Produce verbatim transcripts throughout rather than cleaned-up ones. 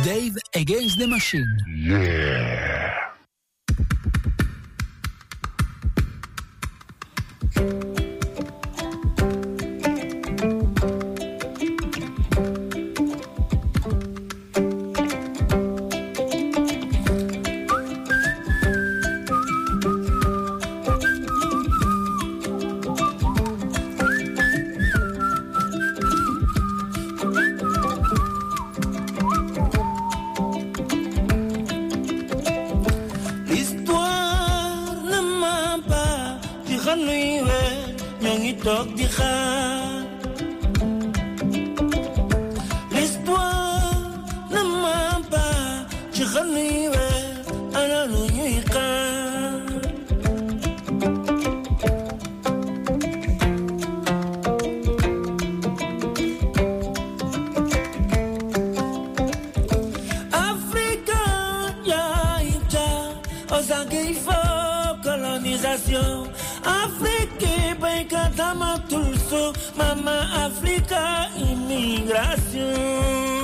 Dave Against the Machine. Yeah. toog di xaar l'histoire ne ment pas ci xam ni weer ana lu ñuy xaar Africa yaay ja osange il faut colonisation Afrique baykat amatul so mama Africa immigration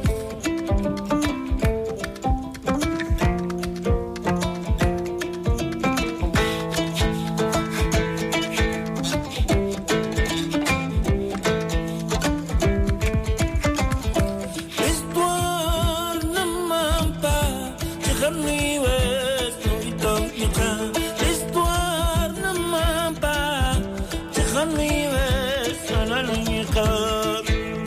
l'histoire ne ment pas ci xam ni wees ñu ngi toog di xaar l'histoire ne ment pas ci xam ni wees ana lu ñuy xaar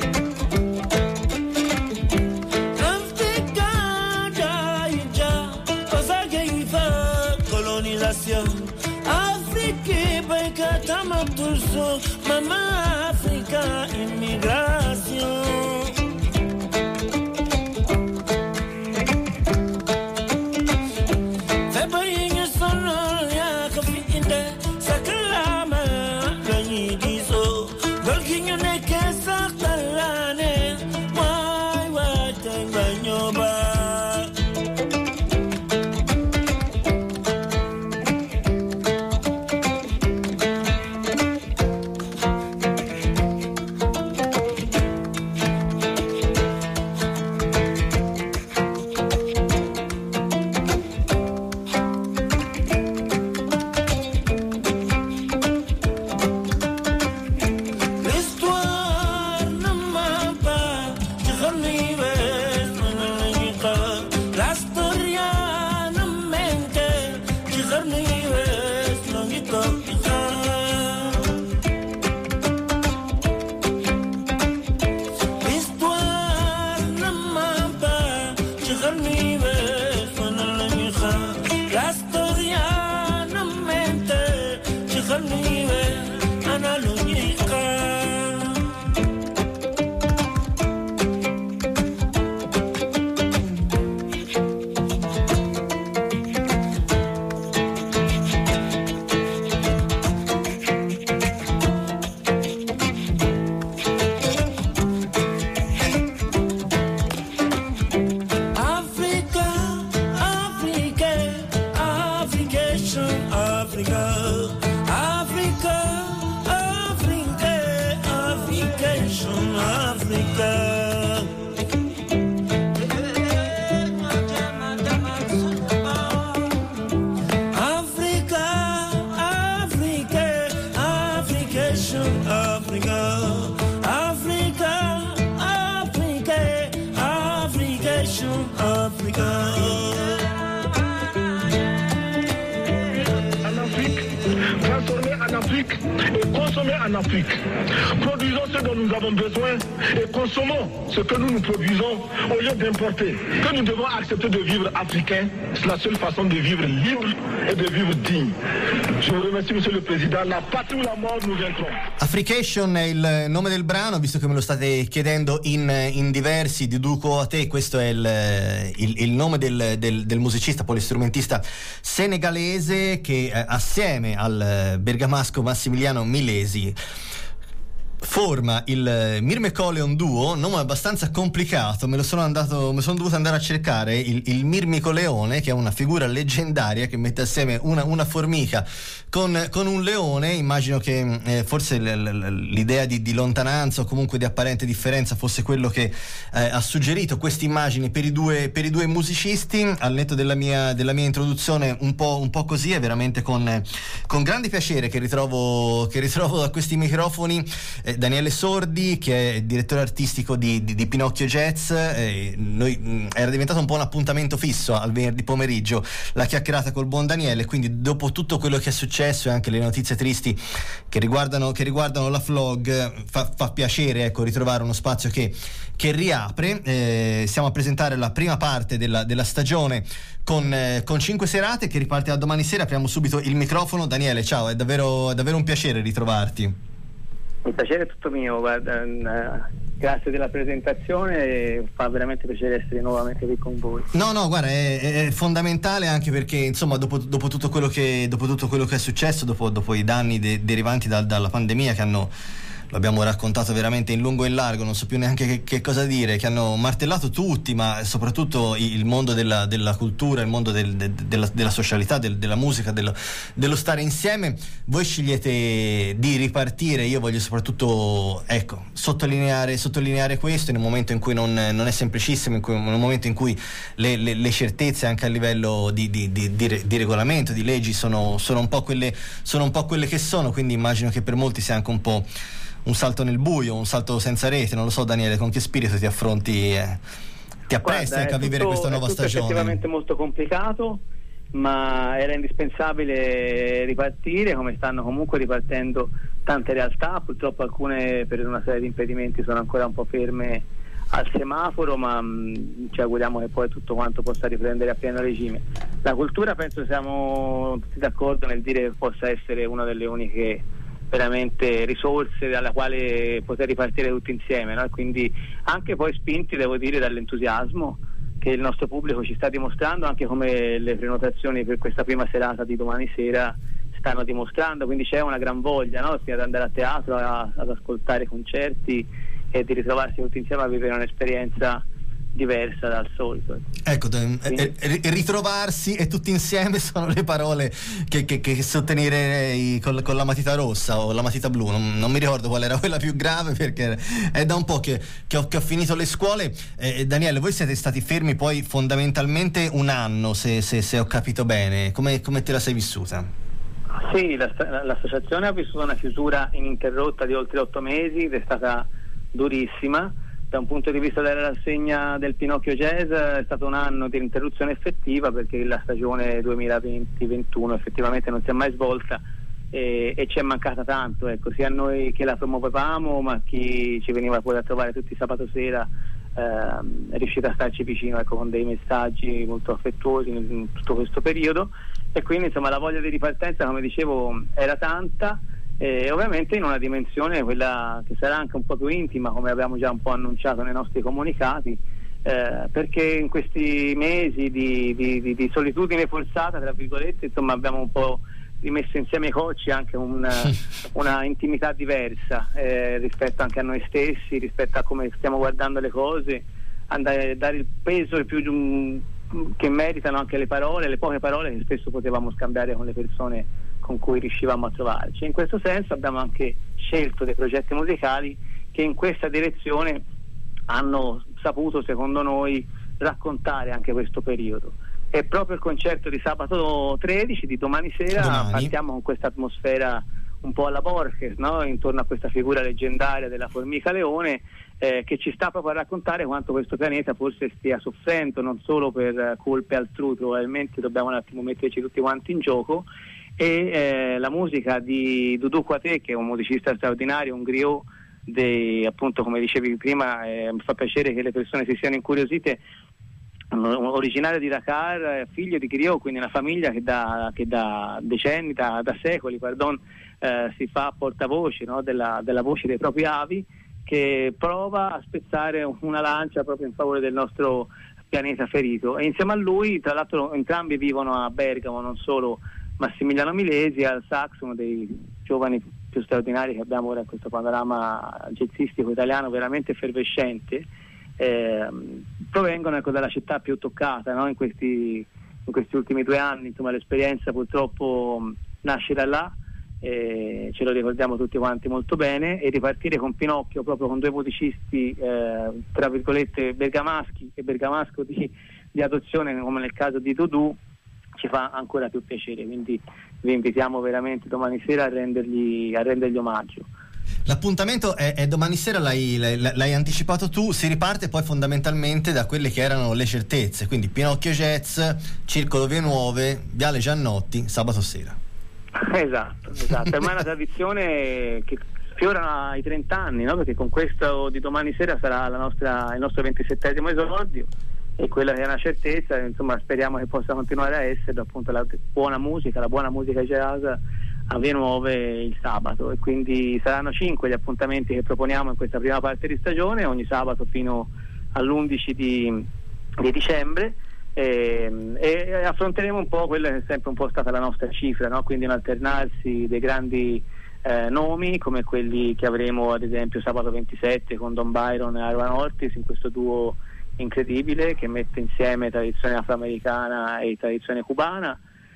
Africa jaay ja osage yi fa colonisation Afrique baykat amatul so mama Africa immigration En Afrique. Produisons ce dont nous avons besoin et consommons ce que nous nous produisons au lieu d'importer. Que nous devons accepter de vivre africain, c'est la seule façon de vivre libre et de vivre digne. Je vous remercie, Monsieur le Président. La patrie ou la mort, nous vaincrons. Africation è il nome del brano, visto che me lo state chiedendo in, in diversi. Deduco a te, questo è il, il, il nome del, del, del musicista, polistrumentista senegalese che eh, assieme al bergamasco Massimiliano Milesi forma il Myrmecoleon Duo, nome abbastanza complicato, me lo sono andato, me sono dovuto andare a cercare il, il Mirmicoleone, che è una figura leggendaria che mette assieme una, una formica con, con un leone. Immagino che eh, forse l, l, l'idea di, di lontananza o comunque di apparente differenza fosse quello che eh, ha suggerito queste immagini per i due, per i due musicisti. Al netto della mia, della mia introduzione un po', un po' così, è veramente con, con grande piacere che ritrovo, che ritrovo da questi microfoni eh, Daniele Sordi, che è direttore artistico di, di, di Pinocchio Jazz. Eh, noi, mh, era diventato un po' un appuntamento fisso al venerdì pomeriggio la chiacchierata col buon Daniele, quindi dopo tutto quello che è successo e anche le notizie tristi che riguardano, che riguardano la Flog, fa, fa piacere, ecco, ritrovare uno spazio che, che riapre. Eh, siamo a presentare la prima parte della, della stagione con, eh, con cinque serate che riparte da domani sera. Apriamo subito il microfono. Daniele, ciao, è davvero, è davvero un piacere ritrovarti. Il piacere è tutto mio, guarda, grazie della presentazione, e fa veramente piacere essere nuovamente qui con voi. No, no, guarda, è, è fondamentale, anche perché insomma dopo, dopo tutto quello che dopo tutto quello che è successo, dopo, dopo i danni de, derivanti da, dalla pandemia, che hanno, lo abbiamo raccontato veramente in lungo e in largo, non so più neanche che, che cosa dire, che hanno martellato tutti, ma soprattutto il mondo della, della cultura, il mondo del, de, della, della socialità, del, della musica, dello, dello stare insieme. Voi scegliete di ripartire. Io voglio soprattutto, ecco, sottolineare, sottolineare questo in un momento in cui non, non è semplicissimo, in, cui, in un momento in cui le, le, le certezze anche a livello di, di, di, di, di regolamento, di leggi sono, sono, un po' quelle, sono un po' quelle che sono, quindi immagino che per molti sia anche un po' un salto nel buio, un salto senza rete. Non lo so, Daniele, con che spirito ti affronti, eh, ti appresti anche a vivere tutto, questa nuova è tutto stagione? È effettivamente molto complicato, ma era indispensabile ripartire, come stanno comunque ripartendo tante realtà. Purtroppo alcune, per una serie di impedimenti, sono ancora un po' ferme al semaforo, ma mh, ci auguriamo che poi tutto quanto possa riprendere a pieno regime. La cultura, penso siamo tutti d'accordo nel dire che possa essere una delle uniche veramente risorse dalla quale poter ripartire tutti insieme, no? E quindi anche poi spinti, devo dire, dall'entusiasmo che il nostro pubblico ci sta dimostrando, anche come le prenotazioni per questa prima serata di domani sera stanno dimostrando. Quindi c'è una gran voglia, no? Sia ad andare a teatro, a, ad ascoltare concerti e di ritrovarsi tutti insieme a vivere un'esperienza diversa dal solito. Ecco, eh, eh, ritrovarsi e tutti insieme sono le parole che, che, che sottolineerei con, con la matita rossa o la matita blu. Non, non mi ricordo qual era quella più grave, perché è da un po' che, che, ho, che ho finito le scuole. Eh, Daniele, voi siete stati fermi poi fondamentalmente un anno, se, se, se ho capito bene. Come, come te la sei vissuta? Sì, la, l'associazione ha vissuto una chiusura ininterrotta di oltre otto mesi ed è stata durissima. Da un punto di vista della rassegna del Pinocchio Jazz è stato un anno di interruzione effettiva, perché la stagione duemilaventi ventuno effettivamente non si è mai svolta e, e ci è mancata tanto, ecco, sia a noi che la promuovevamo, ma chi ci veniva poi a trovare tutti sabato sera eh, è riuscito a starci vicino, ecco, con dei messaggi molto affettuosi in, in tutto questo periodo. E quindi insomma la voglia di ripartenza, come dicevo, era tanta. E ovviamente in una dimensione, quella che sarà anche un po' più intima, come abbiamo già un po' annunciato nei nostri comunicati, eh, perché in questi mesi di, di, di, di solitudine forzata, tra virgolette, insomma, abbiamo un po' rimesso insieme ai cocci anche una, una intimità diversa eh, rispetto anche a noi stessi, rispetto a come stiamo guardando le cose, andare, dare il peso il più um, che meritano anche le parole, le poche parole che spesso potevamo scambiare con le persone con cui riuscivamo a trovarci. In questo senso abbiamo anche scelto dei progetti musicali che in questa direzione hanno saputo, secondo noi, raccontare anche questo periodo. E proprio il concerto di sabato tredici, di domani sera, domani. partiamo con questa atmosfera un po' alla Borges, no? Intorno a questa figura leggendaria della formica leone, eh, che ci sta proprio a raccontare quanto questo pianeta forse stia soffrendo, non solo per colpe altrui, probabilmente dobbiamo un attimo metterci tutti quanti in gioco. E eh, la musica di Doudou Kouaté, che è un musicista straordinario, un griot, dei, appunto, come dicevi prima, eh, mi fa piacere che le persone si siano incuriosite, originario di Dakar, figlio di griot, quindi una famiglia che da, che da decenni, da, da secoli, pardon, eh, si fa portavoce, no, della, della voce dei propri avi, che prova a spezzare una lancia proprio in favore del nostro pianeta ferito. E insieme a lui, tra l'altro, entrambi vivono a Bergamo, non solo Massimiliano Milesi al sax, uno dei giovani più straordinari che abbiamo ora in questo panorama jazzistico italiano veramente effervescente, eh, provengono ecco, dalla città più toccata, no? in, questi, in questi ultimi due anni. Insomma, l'esperienza purtroppo nasce da là, eh, ce lo ricordiamo tutti quanti molto bene, e ripartire con Pinocchio, proprio con due musicisti eh, tra virgolette bergamaschi e bergamasco di, di adozione, come nel caso di Dudu, ci fa ancora più piacere. Quindi vi invitiamo veramente domani sera a rendergli, a rendergli omaggio. L'appuntamento è, è domani sera, l'hai, l'hai, l'hai anticipato tu, si riparte poi fondamentalmente da quelle che erano le certezze, quindi Pinocchio Jazz, Circolo Vie Nuove, Viale Giannotti, sabato sera. Esatto, esatto. Per me è una tradizione che sfiora i trenta anni, no? Perché con questo di domani sera sarà la nostra, il nostro ventisettesimo esordio, e quella che è una certezza, insomma, speriamo che possa continuare a essere appunto la buona musica, la buona musica jazz a Vie Nuove il sabato. E quindi saranno cinque gli appuntamenti che proponiamo in questa prima parte di stagione, ogni sabato fino all'undici di, di dicembre. E, e affronteremo un po' quella che è sempre un po' stata la nostra cifra, no? Quindi un alternarsi dei grandi eh, nomi come quelli che avremo ad esempio sabato ventisette con Don Byron e Aaron Ortiz, in questo duo incredibile che mette insieme tradizione afroamericana e tradizione cubana,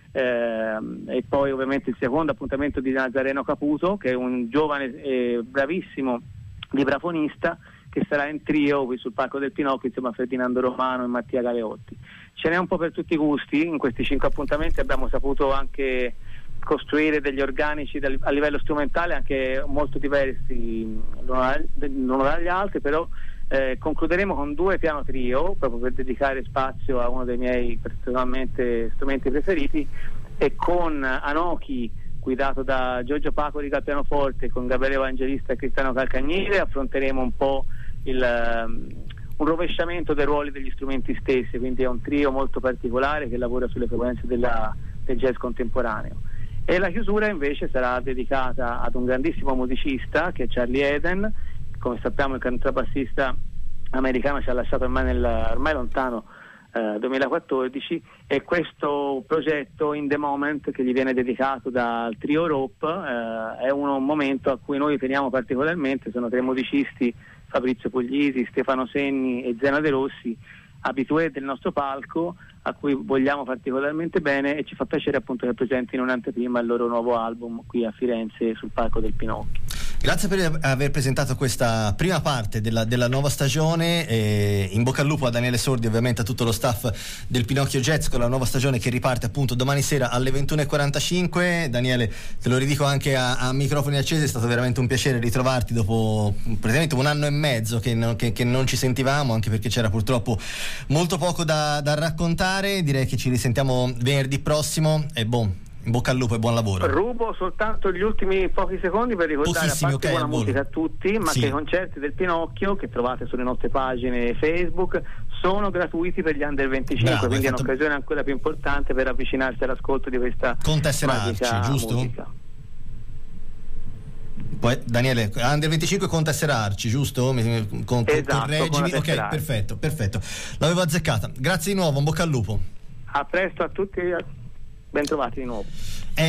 eh, e poi ovviamente il secondo appuntamento di Nazareno Caputo, che è un giovane e bravissimo vibrafonista, che sarà in trio qui sul palco del Pinocchio insieme a Ferdinando Romano e Mattia Galeotti. Ce n'è un po' per tutti i gusti. In questi cinque appuntamenti abbiamo saputo anche costruire degli organici a livello strumentale anche molto diversi l'uno dagli altri, però eh, concluderemo con due piano trio proprio per dedicare spazio a uno dei miei personalmente strumenti preferiti, e con Anoki guidato da Giorgio Pacorica al pianoforte, con Gabriele Evangelista e Cristiano Calcagnile affronteremo un po' il, um, un rovesciamento dei ruoli degli strumenti stessi, quindi è un trio molto particolare che lavora sulle frequenze della, del jazz contemporaneo. E la chiusura invece sarà dedicata ad un grandissimo musicista che è Charlie Eden. Come sappiamo il contrabbassista americano ci ha lasciato ormai nel ormai lontano eh, duemilaquattordici, e questo progetto In The Moment che gli viene dedicato dal trio Rope eh, è uno, un momento a cui noi teniamo particolarmente. Sono tre musicisti, Fabrizio Puglisi, Stefano Senni e Zena De Rossi, abitué del nostro palco, a cui vogliamo particolarmente bene, e ci fa piacere appunto che presentino un'anteprima al loro nuovo album qui a Firenze sul palco del Pinocchio. Grazie per aver presentato questa prima parte della, della nuova stagione, e in bocca al lupo a Daniele Sordi, ovviamente a tutto lo staff del Pinocchio Jazz, con la nuova stagione che riparte appunto domani sera alle ventuno e quarantacinque. Daniele, te lo ridico anche a, a microfoni accesi, è stato veramente un piacere ritrovarti dopo praticamente un anno e mezzo che non, che, che non ci sentivamo, anche perché c'era purtroppo molto poco da, da raccontare. Direi che ci risentiamo venerdì prossimo, e boh, in bocca al lupo e buon lavoro. Rubo soltanto gli ultimi pochi secondi per ricordare, Pochissimi, a parte okay, buona musica a tutti, ma sì, che i concerti del Pinocchio che trovate sulle nostre pagine Facebook sono gratuiti per gli under venticinque. Bravo, quindi è fatto... un'occasione ancora più importante per avvicinarsi all'ascolto di questa con Tesserarci, giusto? Musica. Poi Daniele, under venticinque con Tesserarci, giusto? Con, con, esatto, correggimi. con ok, perfetto, perfetto. L'avevo azzeccata. Grazie di nuovo, in bocca al lupo. A presto a tutti, ben trovati di nuovo.